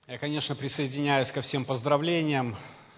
Я, конечно, присоединяюсь ко всем поздравлениям,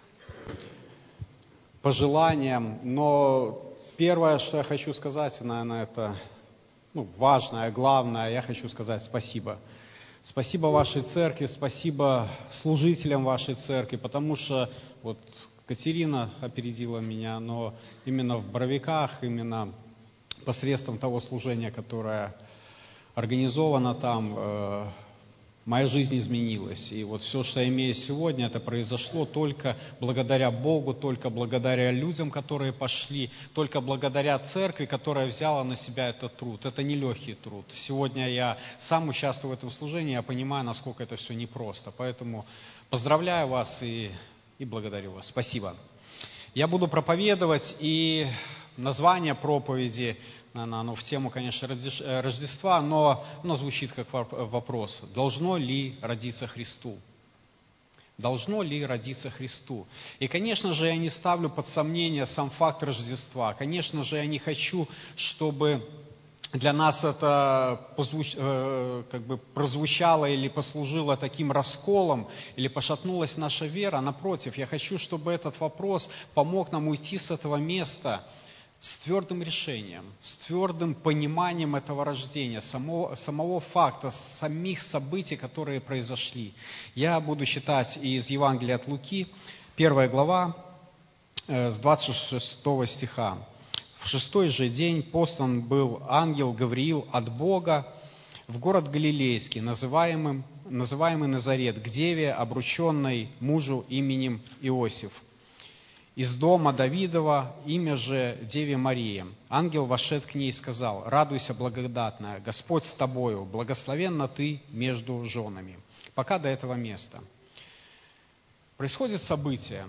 пожеланиям, но первое, что я хочу сказать, наверное, это важное, главное, я хочу сказать спасибо. Спасибо вашей церкви, спасибо служителям вашей церкви, потому что вот Катерина опередила меня, но именно в Боровиках, именно посредством того служения, которое организовано там, моя жизнь изменилась. И вот все, что я имею сегодня, это произошло только благодаря Богу, только благодаря людям, которые пошли, только благодаря церкви, которая взяла на себя этот труд. Это нелегкий труд. Сегодня я сам участвую в этом служении, я понимаю, насколько это все непросто. Поэтому поздравляю вас и благодарю вас. Спасибо. Я буду проповедовать, и название проповеди, оно в тему, конечно, Рождества, но оно звучит как вопрос. Должно ли родиться Христу? Должно ли родиться Христу? И, конечно же, я не ставлю под сомнение сам факт Рождества. Конечно же, я не хочу, чтобы для нас это прозвучало или послужило таким расколом, или пошатнулась наша вера. Напротив, я хочу, чтобы этот вопрос помог нам уйти с этого места с твердым решением, с твердым пониманием этого рождения, самого факта, самих событий, которые произошли. Я буду читать из Евангелия от Луки, 1 глава, с 26 стиха. «В шестой же день послан был ангел Гавриил от Бога в город Галилейский, называемый Назарет, к деве, обрученной мужу именем Иосиф, из дома Давидова, имя же Деве Марии. Ангел вошед к ней и сказал: „Радуйся, благодатная, Господь с тобою, благословенна ты между женами“». Пока до этого места. Происходит событие.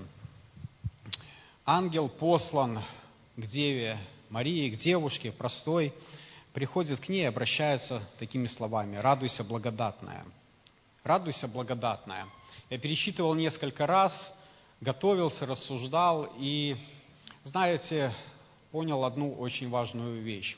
Ангел послан к Деве Марии, к девушке простой, приходит к ней и обращается такими словами: «Радуйся, благодатная». «Радуйся, благодатная». Я перечитывал несколько раз, готовился, рассуждал и, знаете, понял одну очень важную вещь.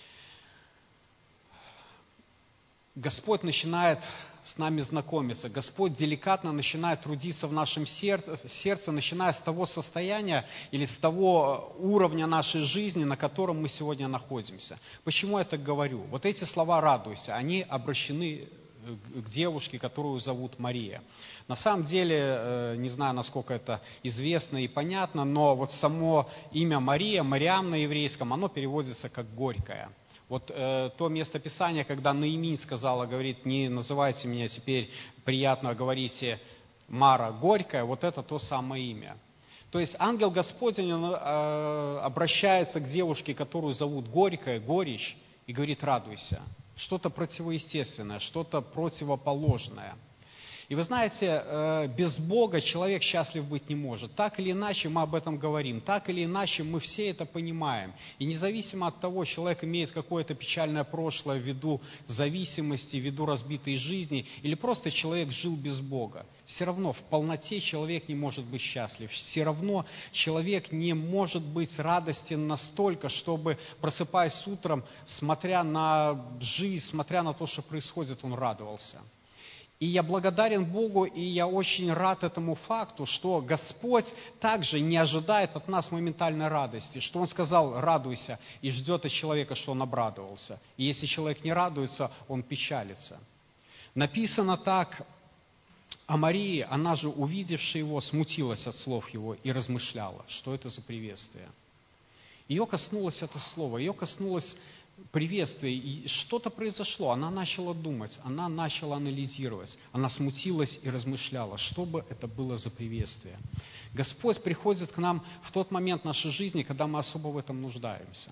Господь начинает с нами знакомиться. Господь деликатно начинает трудиться в нашем сердце, начиная с того состояния или с того уровня нашей жизни, на котором мы сегодня находимся. Почему я так говорю? Вот эти слова «радуйся», они обращены к девушке, которую зовут Мария. На самом деле, не знаю, насколько это известно и понятно, но вот само имя Мария, Мариам на еврейском, оно переводится как «горькая». Вот то местописание, когда Наиминь сказала, говорит: «Не называйте меня теперь приятно, а говорите Мара горькая», вот это то самое имя. То есть ангел Господень обращается к девушке, которую зовут Горькая, Горечь, и говорит: «Радуйся». Что-то противоестественное, что-то противоположное. И вы знаете, без Бога человек счастлив быть не может. Так или иначе мы об этом говорим, так или иначе мы все это понимаем. И независимо от того, человек имеет какое-то печальное прошлое ввиду зависимости, ввиду разбитой жизни, или просто человек жил без Бога, все равно в полноте человек не может быть счастлив. Все равно человек не может быть радостен настолько, чтобы, просыпаясь утром, смотря на жизнь, смотря на то, что происходит, он радовался. И я благодарен Богу, и я очень рад этому факту, что Господь также не ожидает от нас моментальной радости, что Он сказал: «Радуйся», и ждет от человека, что он обрадовался. И если человек не радуется, он печалится. Написано так о Марии: она же, увидевши его, смутилась от слов его и размышляла, что это за приветствие. Ее коснулось это слово, ее коснулось приветствие, и что-то произошло. Она начала думать, она начала анализировать, она смутилась и размышляла, что бы это было за приветствие. Господь приходит к нам в тот момент нашей жизни, когда мы особо в этом нуждаемся.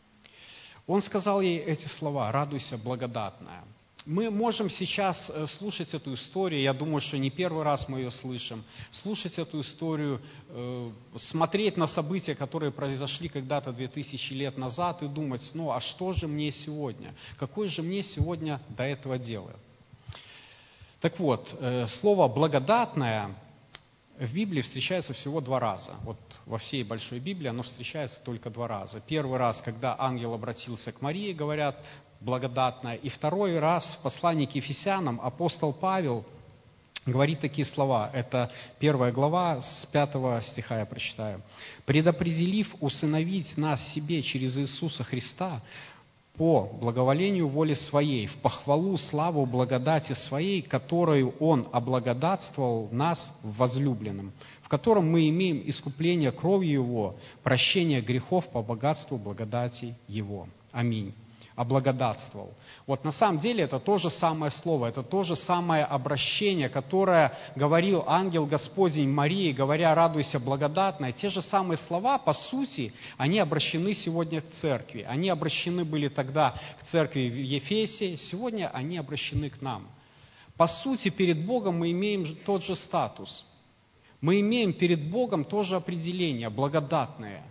Он сказал ей эти слова: «Радуйся, благодатная». Мы можем сейчас слушать эту историю, я думаю, что не первый раз мы ее слышим, слушать эту историю, смотреть на события, которые произошли когда-то 2000 лет назад, и думать: а что же мне сегодня? Какое же мне сегодня до этого дело? Так вот, слово «благодатное» в Библии встречается всего 2 раза. Вот во всей Большой Библии оно встречается только 2 раза. Первый раз, когда ангел обратился к Марии, говорят, благодатная. И второй раз в послании к Ефесянам апостол Павел говорит такие слова. Это 1 глава, с 5 стиха я прочитаю. «Предопределив усыновить нас себе через Иисуса Христа по благоволению воли Своей, в похвалу, славу, благодати Своей, которую Он облагодатствовал нас в возлюбленном, в котором мы имеем искупление кровью Его, прощение грехов по богатству благодати Его». Аминь. Облагодатствовал. Вот на самом деле это то же самое слово, это то же самое обращение, которое говорил ангел Господень Марии, говоря: «Радуйся, благодатная». Те же самые слова, по сути, они обращены сегодня к церкви. Они обращены были тогда к церкви в Ефесе, сегодня они обращены к нам. По сути, перед Богом мы имеем тот же статус. Мы имеем перед Богом то же определение, благодатное.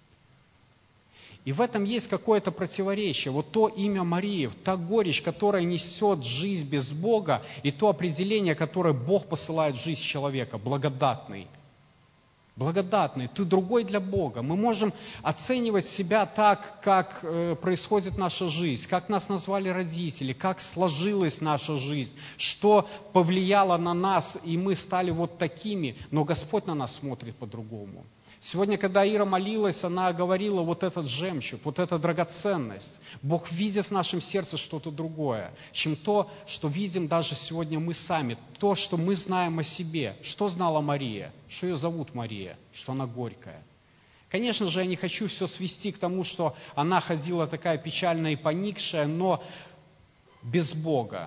И в этом есть какое-то противоречие. Вот то имя Марии, та горечь, которая несет жизнь без Бога, и то определение, которое Бог посылает в жизнь человека, благодатный. Благодатный, ты другой для Бога. Мы можем оценивать себя так, как происходит наша жизнь, как нас назвали родители, как сложилась наша жизнь, что повлияло на нас, и мы стали вот такими, но Господь на нас смотрит по-другому. Сегодня, когда Ира молилась, она говорила: вот этот жемчуг, вот эта драгоценность. Бог видит в нашем сердце что-то другое, чем то, что видим даже сегодня мы сами. То, что мы знаем о себе. Что знала Мария? Что ее зовут Мария? Что она горькая. Конечно же, я не хочу все свести к тому, что она ходила такая печальная и поникшая, но без Бога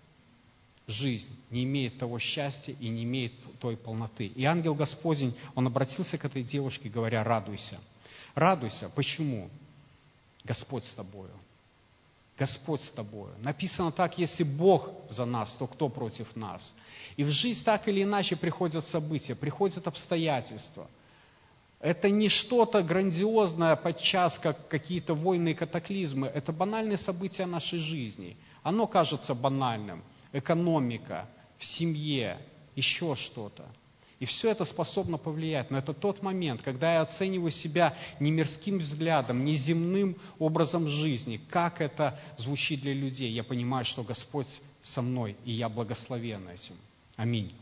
жизнь не имеет того счастья и не имеет той полноты. И ангел Господень, он обратился к этой девушке, говоря: радуйся. Радуйся. Почему? Господь с тобою. Господь с тобою. Написано так: если Бог за нас, то кто против нас? И в жизнь так или иначе приходят события, приходят обстоятельства. Это не что-то грандиозное подчас, как какие-то войны и катаклизмы. Это банальные события нашей жизни. Оно кажется банальным. Экономика, в семье, еще что-то. И все это способно повлиять. Но это тот момент, когда я оцениваю себя не мирским взглядом, не земным образом жизни, как это звучит для людей. Я понимаю, что Господь со мной, и я благословен этим. Аминь.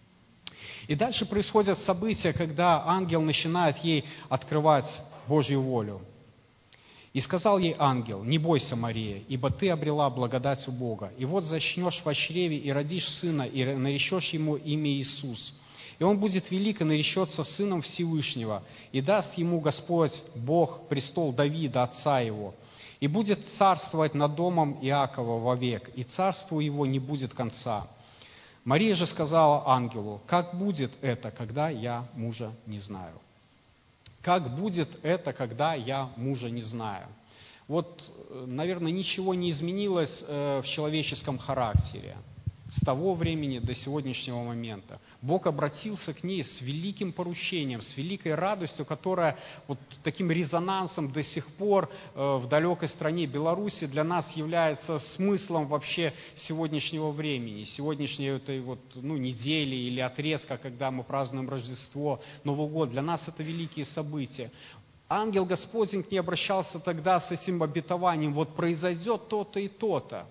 И дальше происходят события, когда ангел начинает ей открывать Божью волю. «И сказал ей ангел: не бойся, Мария, ибо ты обрела благодать у Бога. И вот зачнешь во чреве и родишь сына, и наречешь ему имя Иисус. И он будет велик и наречется сыном Всевышнего, и даст ему Господь Бог престол Давида, отца его. И будет царствовать над домом Иакова вовек, и царству его не будет конца». Мария же сказала ангелу: как будет это, когда я мужа не знаю? Как будет это, когда я мужа не знаю? Вот, наверное, ничего не изменилось в человеческом характере с того времени до сегодняшнего момента. Бог обратился к ней с великим поручением, с великой радостью, которая вот таким резонансом до сих пор в далекой стране Беларуси для нас является смыслом вообще сегодняшнего времени, сегодняшней этой вот, недели или отрезка, когда мы празднуем Рождество, Новый год. Для нас это великие события. Ангел Господень к ней обращался тогда с этим обетованием: вот произойдет то-то и то-то.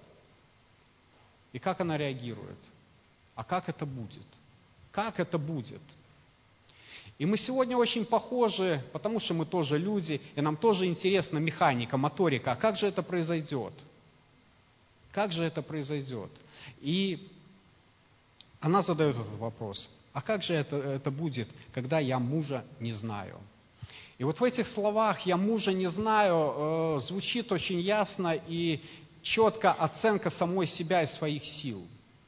И как она реагирует? А как это будет? Как это будет? И мы сегодня очень похожи, потому что мы тоже люди, и нам тоже интересна механика, моторика. А как же это произойдет? Как же это произойдет? И она задает этот вопрос: а как же это будет, когда я мужа не знаю? И вот в этих словах «я мужа не знаю» звучит очень ясно и четко оценка самой себя и своих сил.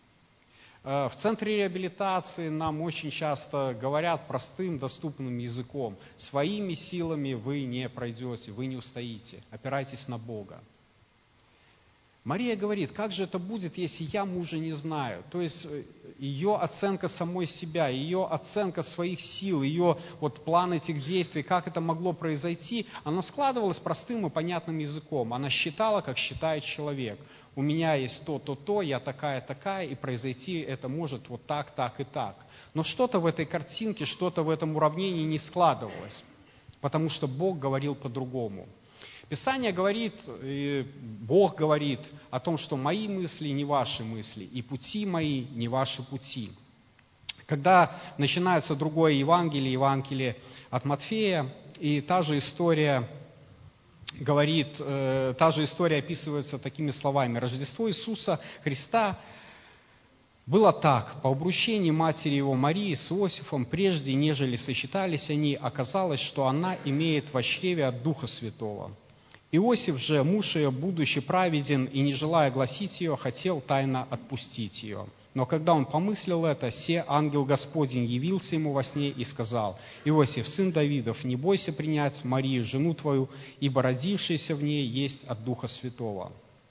В центре реабилитации нам очень часто говорят простым, доступным языком: своими силами вы не пройдете, вы не устоите, опирайтесь на Бога. Мария говорит: как же это будет, если я мужа не знаю? То есть ее оценка самой себя, ее оценка своих сил, ее вот план этих действий, как это могло произойти, оно складывалось простым и понятным языком. Она считала, как считает человек. У меня есть то, я такая, и произойти это может вот так, так и так. Но что-то в этой картинке, что-то в этом уравнении не складывалось, потому что Бог говорил по-другому. Писание говорит, и Бог говорит о том, что мои мысли не ваши мысли, и пути мои не ваши пути. Когда начинается другое Евангелие, Евангелие от Матфея, и та же история описывается такими словами. Рождество Иисуса Христа было так. По обручении матери его Марии с Иосифом, прежде нежели сочетались они, оказалось, что она имеет во чреве от Духа Святого. Иосиф же, муж ее, будучи праведен и не желая гласить ее, хотел тайно отпустить ее. Но когда он помыслил это, се ангел Господень явился ему во сне и сказал: Иосиф, сын Давидов, не бойся принять Марию, жену твою, ибо родившаяся в ней есть от Духа Святого.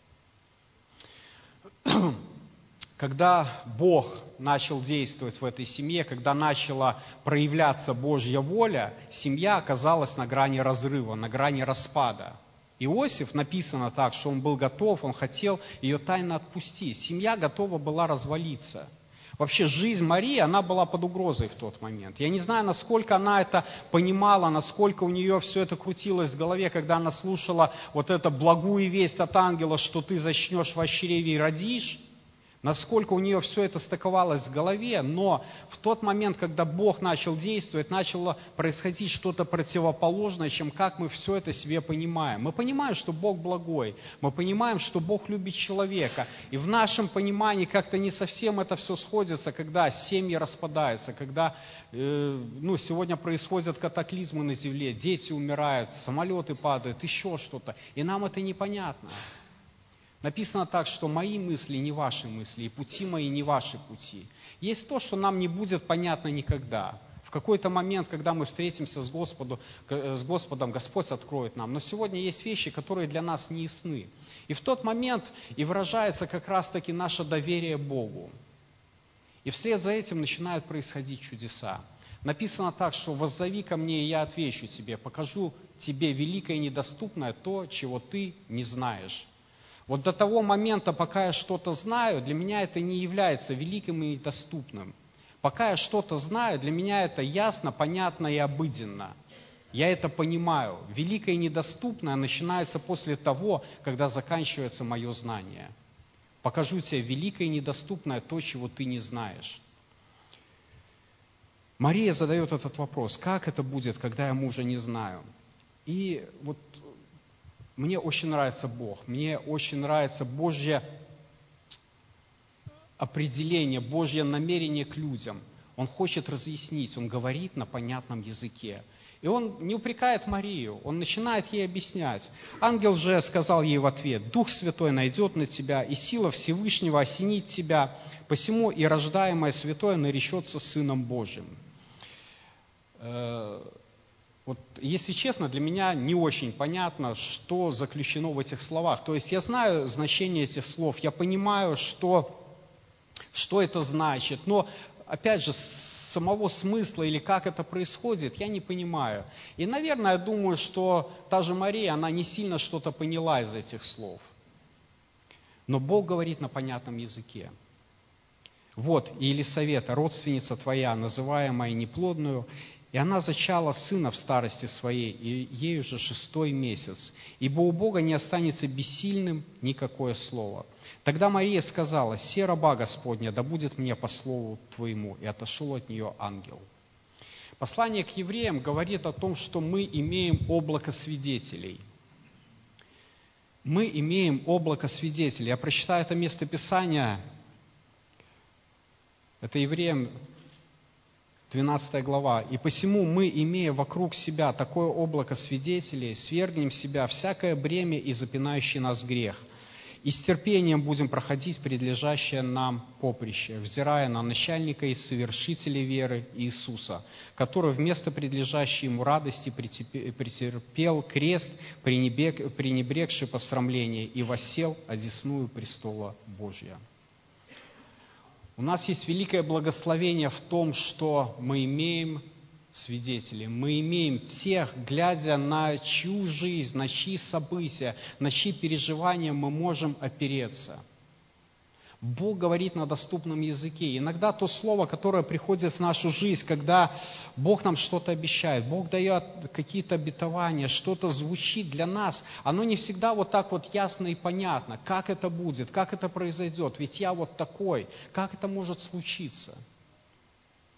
Когда Бог начал действовать в этой семье, когда начала проявляться Божья воля, семья оказалась на грани разрыва, на грани распада. Иосиф, написано так, что он был готов, он хотел ее тайно отпустить. Семья готова была развалиться. Вообще жизнь Марии, она была под угрозой в тот момент. Я не знаю, насколько она это понимала, насколько у нее все это крутилось в голове, когда она слушала вот эту благую весть от ангела, что ты зачнешь во чреве и родишь. Насколько у нее все это стыковалось в голове, но в тот момент, когда Бог начал действовать, начало происходить что-то противоположное, чем как мы все это себе понимаем. Мы понимаем, что Бог благой, мы понимаем, что Бог любит человека, и в нашем понимании как-то не совсем это все сходится, когда семьи распадаются, когда сегодня происходят катаклизмы на земле, дети умирают, самолеты падают, еще что-то, и нам это непонятно. Написано так, что мои мысли не ваши мысли, и пути мои не ваши пути. Есть то, что нам не будет понятно никогда. В какой-то момент, когда мы встретимся с Господом, Господь откроет нам. Но сегодня есть вещи, которые для нас не ясны. И в тот момент и выражается как раз-таки наше доверие Богу. И вслед за этим начинают происходить чудеса. Написано так, что «воззови ко мне, и я отвечу тебе, покажу тебе великое и недоступное то, чего ты не знаешь». Вот до того момента, пока я что-то знаю, для меня это не является великим и недоступным. Пока я что-то знаю, для меня это ясно, понятно и обыденно. Я это понимаю. Великое и недоступное начинается после того, когда заканчивается мое знание. Покажу тебе великое и недоступное то, чего ты не знаешь. Мария задает этот вопрос: как это будет, когда я мужа не знаю? И вот мне очень нравится Бог, мне очень нравится Божье определение, Божье намерение к людям. Он хочет разъяснить, Он говорит на понятном языке. И Он не упрекает Марию, Он начинает ей объяснять. Ангел же сказал ей в ответ: «Дух Святой найдет на тебя, и сила Всевышнего осенит тебя, посему и рождаемое святое наречется Сыном Божьим». Вот, если честно, для меня не очень понятно, что заключено в этих словах. То есть я знаю значение этих слов, я понимаю, что это значит, но, опять же, самого смысла или как это происходит, я не понимаю. И, наверное, я думаю, что та же Мария, она не сильно что-то поняла из этих слов. Но Бог говорит на понятном языке. «Вот, Елисавета, родственница твоя, называемая неплодную, и она зачала сына в старости своей, и ей уже 6-й месяц. Ибо у Бога не останется бессильным никакое слово». Тогда Мария сказала: «Се раба Господня, да будет мне по слову твоему». И отошел от нее ангел. Послание к евреям говорит о том, что мы имеем облако свидетелей. Мы имеем облако свидетелей. Я прочитаю это местописание. Это Евреям 12 глава. «И посему мы, имея вокруг себя такое облако свидетелей, свергнем с себя всякое бремя и запинающий нас грех, и с терпением будем проходить предлежащее нам поприще, взирая на начальника и совершителя веры Иисуса, который вместо предлежащей ему радости претерпел крест, пренебрегший посрамление, и воссел одесную престола Божия». У нас есть великое благословение в том, что мы имеем свидетелей, мы имеем тех, глядя на чью жизнь, на чьи события, на чьи переживания мы можем опереться. Бог говорит на доступном языке. Иногда то слово, которое приходит в нашу жизнь, когда Бог нам что-то обещает, Бог дает какие-то обетования, что-то звучит для нас, оно не всегда вот так вот ясно и понятно, как это будет, как это произойдет, ведь я вот такой, как это может случиться.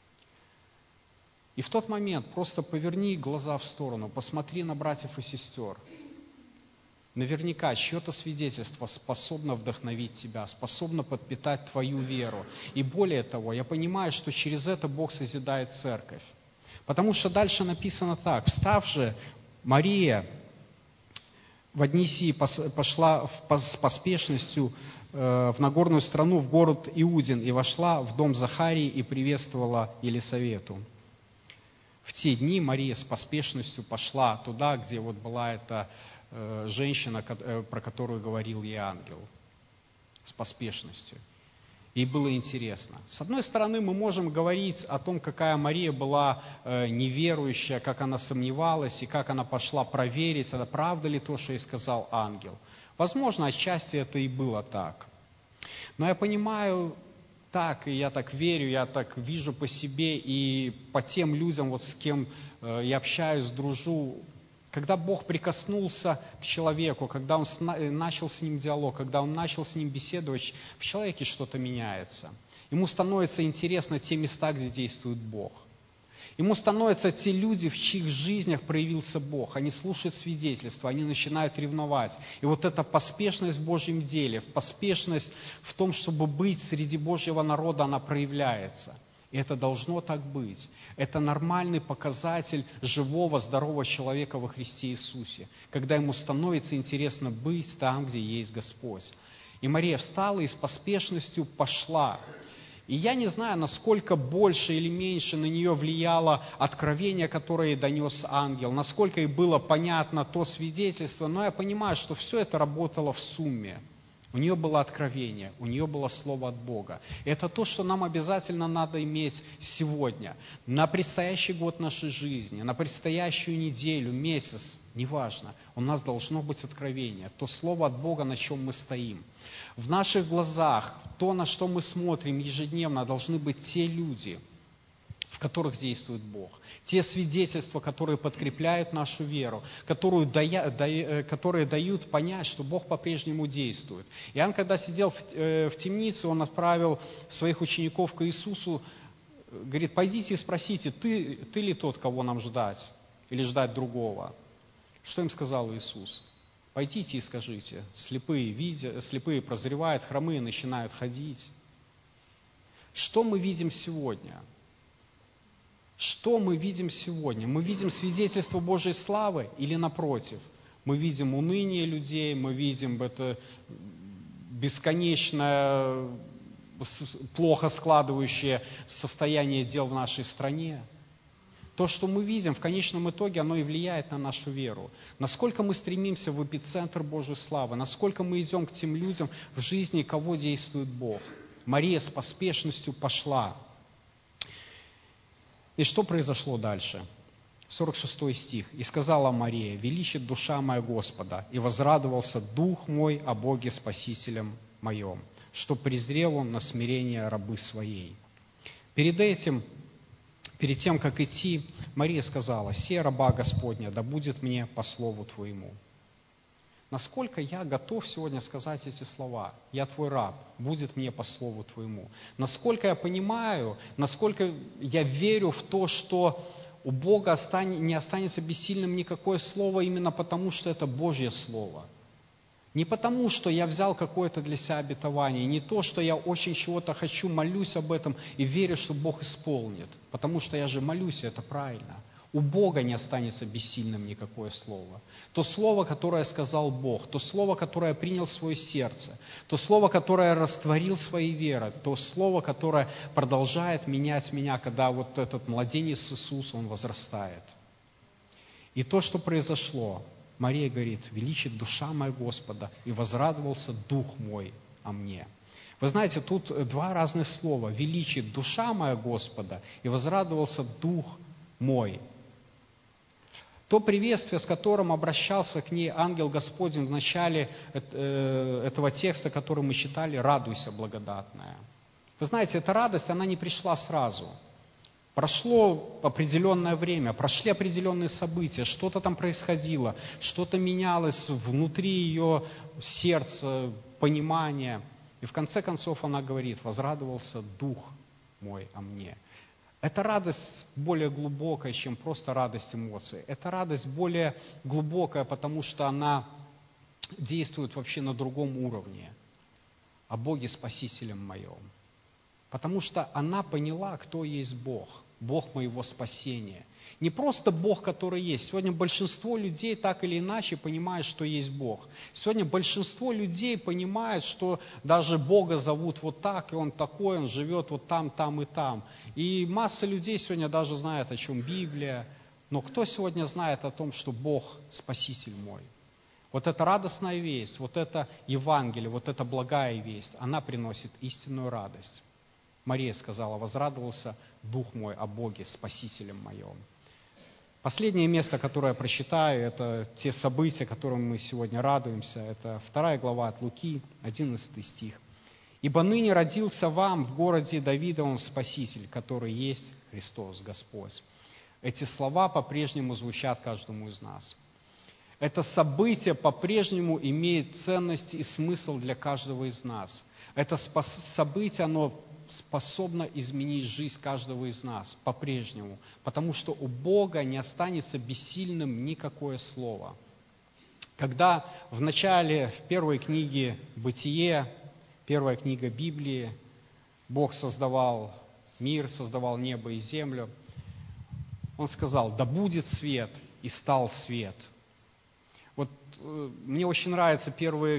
И в тот момент просто поверни глаза в сторону, посмотри на братьев и сестер. Наверняка чье-то свидетельство способно вдохновить тебя, способно подпитать твою веру. И более того, я понимаю, что через это Бог созидает церковь. Потому что дальше написано так: «Встав же, Мария в дни сии пошла с поспешностью в Нагорную страну, в город Иудин, и вошла в дом Захарии и приветствовала Елисавету». В те дни Мария с поспешностью пошла туда, где вот была эта женщина, про которую говорил ей ангел, с поспешностью. Ей было интересно. С одной стороны, мы можем говорить о том, какая Мария была неверующая, как она сомневалась, и как она пошла проверить, это правда ли то, что ей сказал ангел. Возможно, отчасти это и было так. Но я понимаю так, и я так верю, я так вижу по себе и по тем людям, вот с кем я общаюсь, дружу. Когда Бог прикоснулся к человеку, когда Он начал с ним диалог, когда Он начал с ним беседовать, в человеке что-то меняется. Ему становятся интересны те места, где действует Бог. Ему становятся те люди, в чьих жизнях проявился Бог. Они слушают свидетельства, они начинают ревновать. И вот эта поспешность в Божьем деле, поспешность в том, чтобы быть среди Божьего народа, она проявляется. И это должно так быть. Это нормальный показатель живого, здорового человека во Христе Иисусе, когда ему становится интересно быть там, где есть Господь. И Мария встала и с поспешностью пошла. И я не знаю, насколько больше или меньше на нее влияло откровение, которое ей донес ангел, насколько ей было понятно то свидетельство, но я понимаю, что все это работало в сумме. У нее было откровение, у нее было слово от Бога. И это то, что нам обязательно надо иметь сегодня, на предстоящий год нашей жизни, на предстоящую неделю, месяц, неважно. У нас должно быть откровение, то слово от Бога, на чем мы стоим. В наших глазах, то, на что мы смотрим ежедневно, должны быть те люди, в которых действует Бог. Те свидетельства, которые подкрепляют нашу веру, которые дают понять, что Бог по-прежнему действует. Иоанн, когда сидел в темнице, он отправил своих учеников к Иисусу, говорит: пойдите и спросите, ты ли тот, кого нам ждать, или ждать другого? Что им сказал Иисус? Пойдите и скажите: слепые видят, слепые прозревают, хромые начинают ходить. Что мы видим сегодня? Что мы видим сегодня? Мы видим свидетельство Божьей славы или напротив? Мы видим уныние людей, мы видим это бесконечное, плохо складывающее состояние дел в нашей стране. То, что мы видим, в конечном итоге, оно и влияет на нашу веру. Насколько мы стремимся в эпицентр Божьей славы, насколько мы идем к тем людям в жизни, кого действует Бог. Мария с поспешностью пошла. И что произошло дальше? 46 стих. «И сказала Мария: величит душа моя Господа, и возрадовался дух мой о Боге Спасителем моем, что презрел Он на смирение рабы своей». Перед тем, как идти, Мария сказала: «Се раба Господня, да будет мне по слову Твоему». Насколько я готов сегодня сказать эти слова? «Я Твой раб, будет мне по слову Твоему». Насколько я понимаю, насколько я верю в то, что у Бога не останется бессильным никакое слово, именно потому, что это Божье слово. Не потому, что я взял какое-то для себя обетование, не то, что я очень чего-то хочу, молюсь об этом и верю, что Бог исполнит. Потому что я же молюсь, и это правильно. У Бога не останется бессильным никакое слово. То слово, которое сказал Бог, то слово, которое принял в свое сердце, то слово, которое растворил своей верой, то слово, которое продолжает менять меня, когда вот этот младенец Иисус, он возрастает. И то, что произошло, Мария говорит: величит душа моя Господа, и возрадовался дух мой о мне. Вы знаете, тут два разных слова: величит душа моя Господа, и возрадовался дух мой. То приветствие, с которым обращался к ней ангел Господень в начале этого текста, который мы читали: «Радуйся, благодатная». Вы знаете, эта радость, она не пришла сразу. Прошло определенное время, прошли определенные события, что-то там происходило, что-то менялось внутри ее сердца, понимания. И в конце концов она говорит: «Возрадовался дух мой о мне». Это радость более глубокая, чем просто радость эмоций. Это радость более глубокая, потому что она действует вообще на другом уровне. О Боге Спасителем моем. Потому что она поняла, кто есть Бог. Бог моего спасения. Не просто Бог, который есть. Сегодня большинство людей так или иначе понимает, что есть Бог. Сегодня большинство людей понимает, что даже Бога зовут вот так, и Он такой, Он живет вот там, там и там. И масса людей сегодня даже знает, о чем Библия. Но кто сегодня знает о том, что Бог Спаситель мой? Вот эта радостная весть, вот это Евангелие, вот эта благая весть, она приносит истинную радость. Мария сказала: возрадовался Дух мой о Боге, Спасителем моем. Последнее место, которое я прочитаю, это те события, которым мы сегодня радуемся. Это 2 глава от Луки, 11 стих. «Ибо ныне родился вам в городе Давидовом Спаситель, который есть Христос Господь». Эти слова по-прежнему звучат каждому из нас. Это событие по-прежнему имеет ценность и смысл для каждого из нас. Это событие, оно способно изменить жизнь каждого из нас по-прежнему, потому что у Бога не останется бессильным никакое слово. Когда в начале, в первой книге «Бытие», первая книга Библии, Бог создавал мир, создавал небо и землю, Он сказал: «Да будет свет», и стал свет. Вот мне очень нравятся первые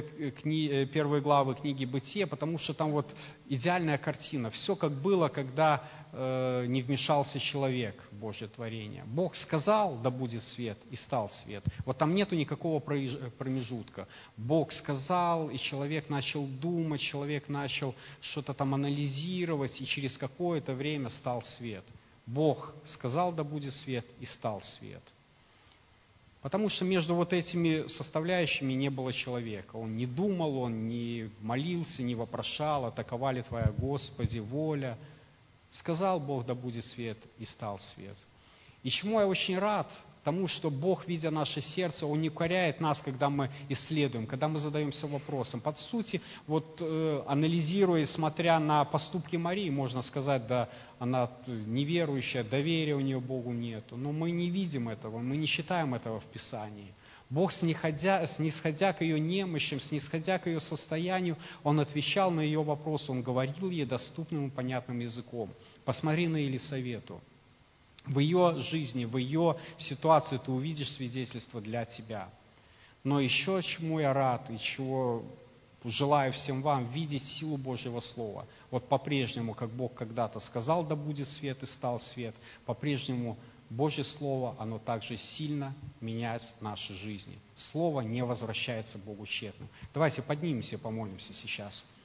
главы книги «Бытие», потому что там вот идеальная картина. Все как было, когда не вмешался человек в Божье творение. Бог сказал: «Да будет свет», и стал свет. Вот там нету никакого промежутка. Бог сказал, и человек начал думать, человек начал что-то там анализировать, и через какое-то время стал свет. Бог сказал: «Да будет свет», и стал свет. Потому что между вот этими составляющими не было человека. Он не думал, он не молился, не вопрошал: «А такова ли Твоя, Господи, воля?» Сказал Бог: «Да будет свет», и стал свет. И чему я очень рад? Тому, что Бог, видя наше сердце, Он не укоряет нас, когда мы исследуем, когда мы задаемся вопросом. По сути, вот анализируя, смотря на поступки Марии, можно сказать: да, она неверующая, доверия у нее Богу нету. Но мы не видим этого, мы не читаем этого в Писании. Бог, снисходя к ее немощам, снисходя к ее состоянию, Он отвечал на ее вопросы, Он говорил ей доступным и понятным языком. Посмотри на Елисавету. В ее жизни, в ее ситуации ты увидишь свидетельство для тебя. Но еще чему я рад и чего желаю всем вам: видеть силу Божьего Слова. Вот по-прежнему, как Бог когда-то сказал: «Да будет свет», и стал свет, по-прежнему Божье Слово, оно также сильно меняет наши жизни. Слово не возвращается Богу тщетным. Давайте поднимемся и помолимся сейчас.